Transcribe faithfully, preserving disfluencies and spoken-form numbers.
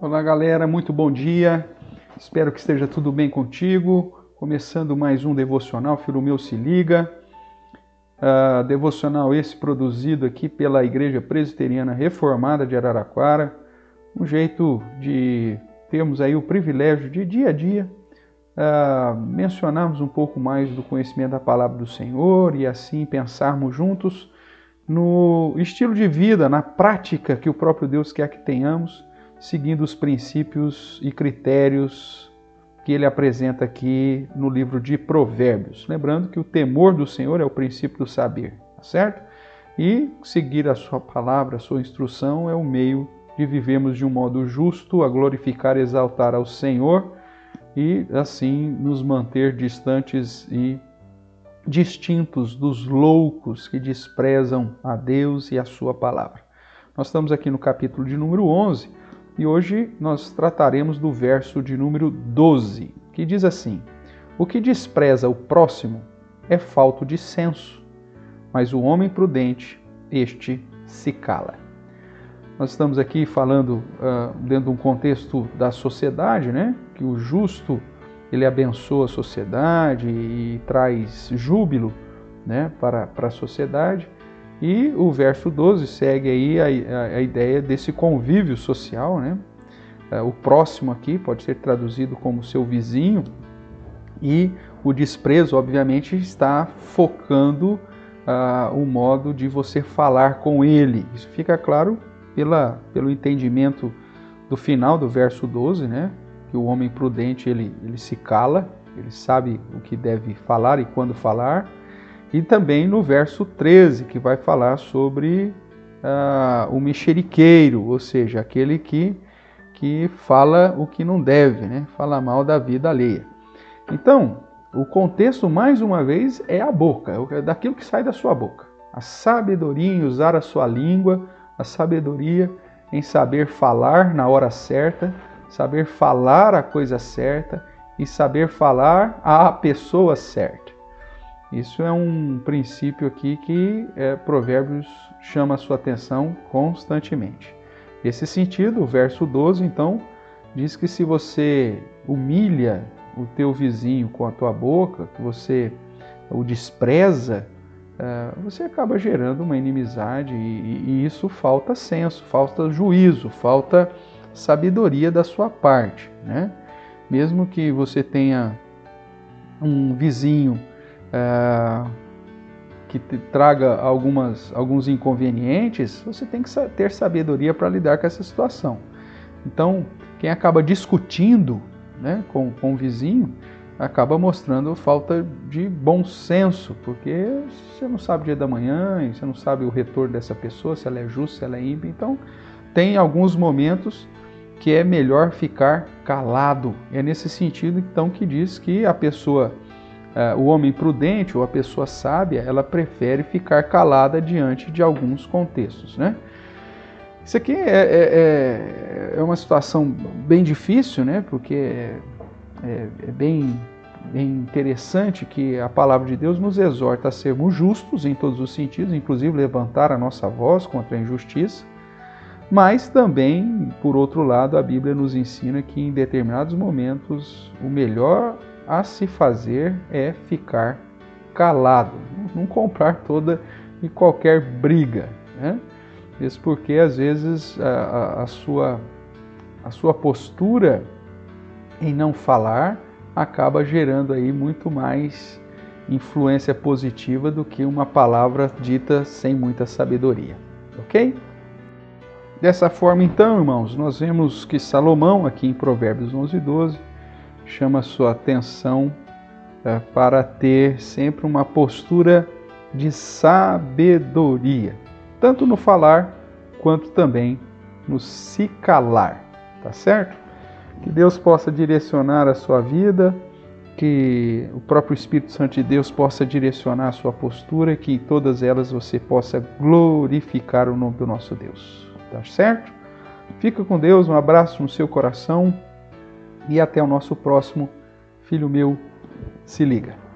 Olá galera, muito bom dia, espero que esteja tudo bem contigo, começando mais um Devocional, Filho Meu Se Liga, uh, devocional esse produzido aqui pela Igreja Presbiteriana Reformada de Araraquara, um jeito de termos aí o privilégio de dia a dia uh, mencionarmos um pouco mais do conhecimento da Palavra do Senhor e assim pensarmos juntos no estilo de vida, na prática que o próprio Deus quer que tenhamos, seguindo os princípios e critérios que ele apresenta aqui no livro de Provérbios. Lembrando que o temor do Senhor é o princípio do saber, tá certo? E seguir a sua palavra, a sua instrução é o meio de vivermos de um modo justo, a glorificar e exaltar ao Senhor e assim nos manter distantes e distintos dos loucos que desprezam a Deus e a sua palavra. Nós estamos aqui no capítulo de número onze, e hoje nós trataremos do verso de número doze, que diz assim: o que despreza o próximo é falto de senso, mas o homem prudente, este se cala. Nós estamos aqui falando uh, dentro de um contexto da sociedade, né? Que o justo, ele abençoa a sociedade e traz júbilo, né? para, para a sociedade. E o verso doze segue aí a, a, a ideia desse convívio social, né? O próximo aqui pode ser traduzido como seu vizinho, e o desprezo, obviamente, está focando uh, o modo de você falar com ele. Isso fica claro pela, pelo entendimento do final do verso doze, né? Que o homem prudente, ele, ele se cala, ele sabe o que deve falar e quando falar. E também no verso treze, que vai falar sobre uh, o mexeriqueiro, ou seja, aquele que, que fala o que não deve, né? Fala mal da vida alheia. Então, o contexto, mais uma vez, é a boca, é daquilo que sai da sua boca. A sabedoria em usar a sua língua, a sabedoria em saber falar na hora certa, saber falar a coisa certa e saber falar à pessoa certa. Isso é um princípio aqui que é, Provérbios chama a sua atenção constantemente. Nesse sentido, o verso doze, então, diz que se você humilha o teu vizinho com a tua boca, que você o despreza, você acaba gerando uma inimizade e, e isso falta senso, falta juízo, falta sabedoria da sua parte, né? Mesmo que você tenha um vizinho Uh, que te traga algumas, alguns inconvenientes, você tem que ter sabedoria para lidar com essa situação. Então, quem acaba discutindo, né, com, com o vizinho, acaba mostrando falta de bom senso, porque você não sabe o dia da manhã, você não sabe o retorno dessa pessoa, se ela é justa, se ela é ímpia. Então, tem alguns momentos que é melhor ficar calado. É nesse sentido, então, que diz que a pessoa Uh, o homem prudente ou a pessoa sábia, ela prefere ficar calada diante de alguns contextos, né? Isso aqui é, é, é uma situação bem difícil, né? Porque é, é, é bem, bem interessante que a palavra de Deus nos exorta a sermos justos em todos os sentidos, inclusive levantar a nossa voz contra a injustiça, mas também, por outro lado, a Bíblia nos ensina que em determinados momentos o melhor a se fazer é ficar calado, não comprar toda e qualquer briga, né? Isso porque às vezes a, a, a, sua, a sua postura em não falar acaba gerando aí muito mais influência positiva do que uma palavra dita sem muita sabedoria, ok? Dessa forma então, irmãos, nós vemos que Salomão aqui em Provérbios onze, doze chama a sua atenção é, para ter sempre uma postura de sabedoria, tanto no falar quanto também no se calar, tá certo? Que Deus possa direcionar a sua vida, que o próprio Espírito Santo de Deus possa direcionar a sua postura, que em todas elas você possa glorificar o nome do nosso Deus, tá certo? Fica com Deus, um abraço no seu coração. E até o nosso próximo Filho Meu Se Liga.